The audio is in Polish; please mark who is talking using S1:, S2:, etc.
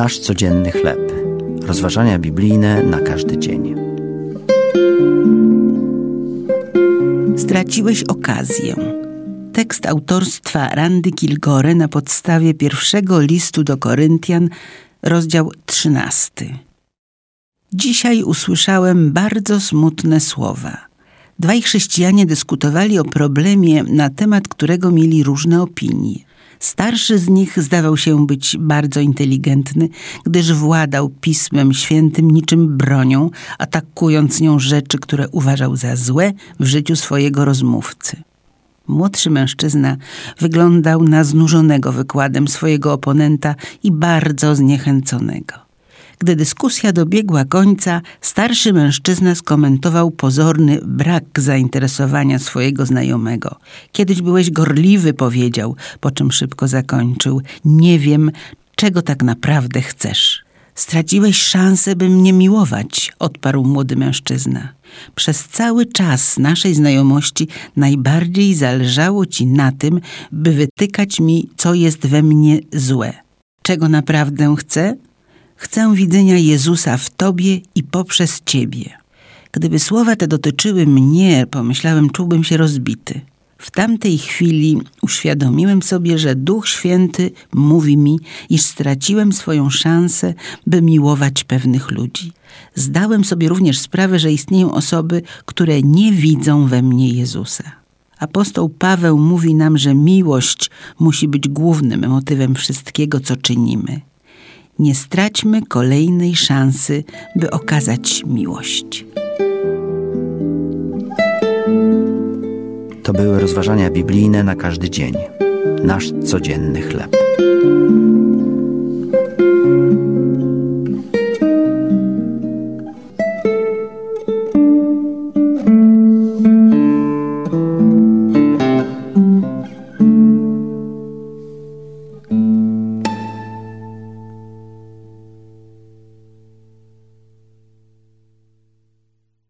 S1: Nasz codzienny chleb. Rozważania biblijne na każdy dzień.
S2: Straciłeś okazję. Tekst autorstwa Randy Kilgore na podstawie pierwszego listu do Koryntian, rozdział 13. Dzisiaj usłyszałem bardzo smutne słowa. Dwaj chrześcijanie dyskutowali o problemie, na temat którego mieli różne opinie. Starszy z nich zdawał się być bardzo inteligentny, gdyż władał Pismem Świętym niczym bronią, atakując nią rzeczy, które uważał za złe w życiu swojego rozmówcy. Młodszy mężczyzna wyglądał na znużonego wykładem swojego oponenta i bardzo zniechęconego. Gdy dyskusja dobiegła końca, starszy mężczyzna skomentował pozorny brak zainteresowania swojego znajomego. Kiedyś byłeś gorliwy, powiedział, po czym szybko zakończył. Nie wiem, czego tak naprawdę chcesz. Straciłeś szansę, by mnie miłować, odparł młody mężczyzna. Przez cały czas naszej znajomości najbardziej zależało ci na tym, by wytykać mi, co jest we mnie złe. Czego naprawdę chcę? Chcę widzenia Jezusa w Tobie i poprzez Ciebie. Gdyby słowa te dotyczyły mnie, pomyślałem, czułbym się rozbity. W tamtej chwili uświadomiłem sobie, że Duch Święty mówi mi, iż straciłem swoją szansę, by miłować pewnych ludzi. Zdałem sobie również sprawę, że istnieją osoby, które nie widzą we mnie Jezusa. Apostoł Paweł mówi nam, że miłość musi być głównym motywem wszystkiego, co czynimy. Nie straćmy kolejnej szansy, by okazać miłość.
S1: To były rozważania biblijne na każdy dzień. Nasz codzienny chleb.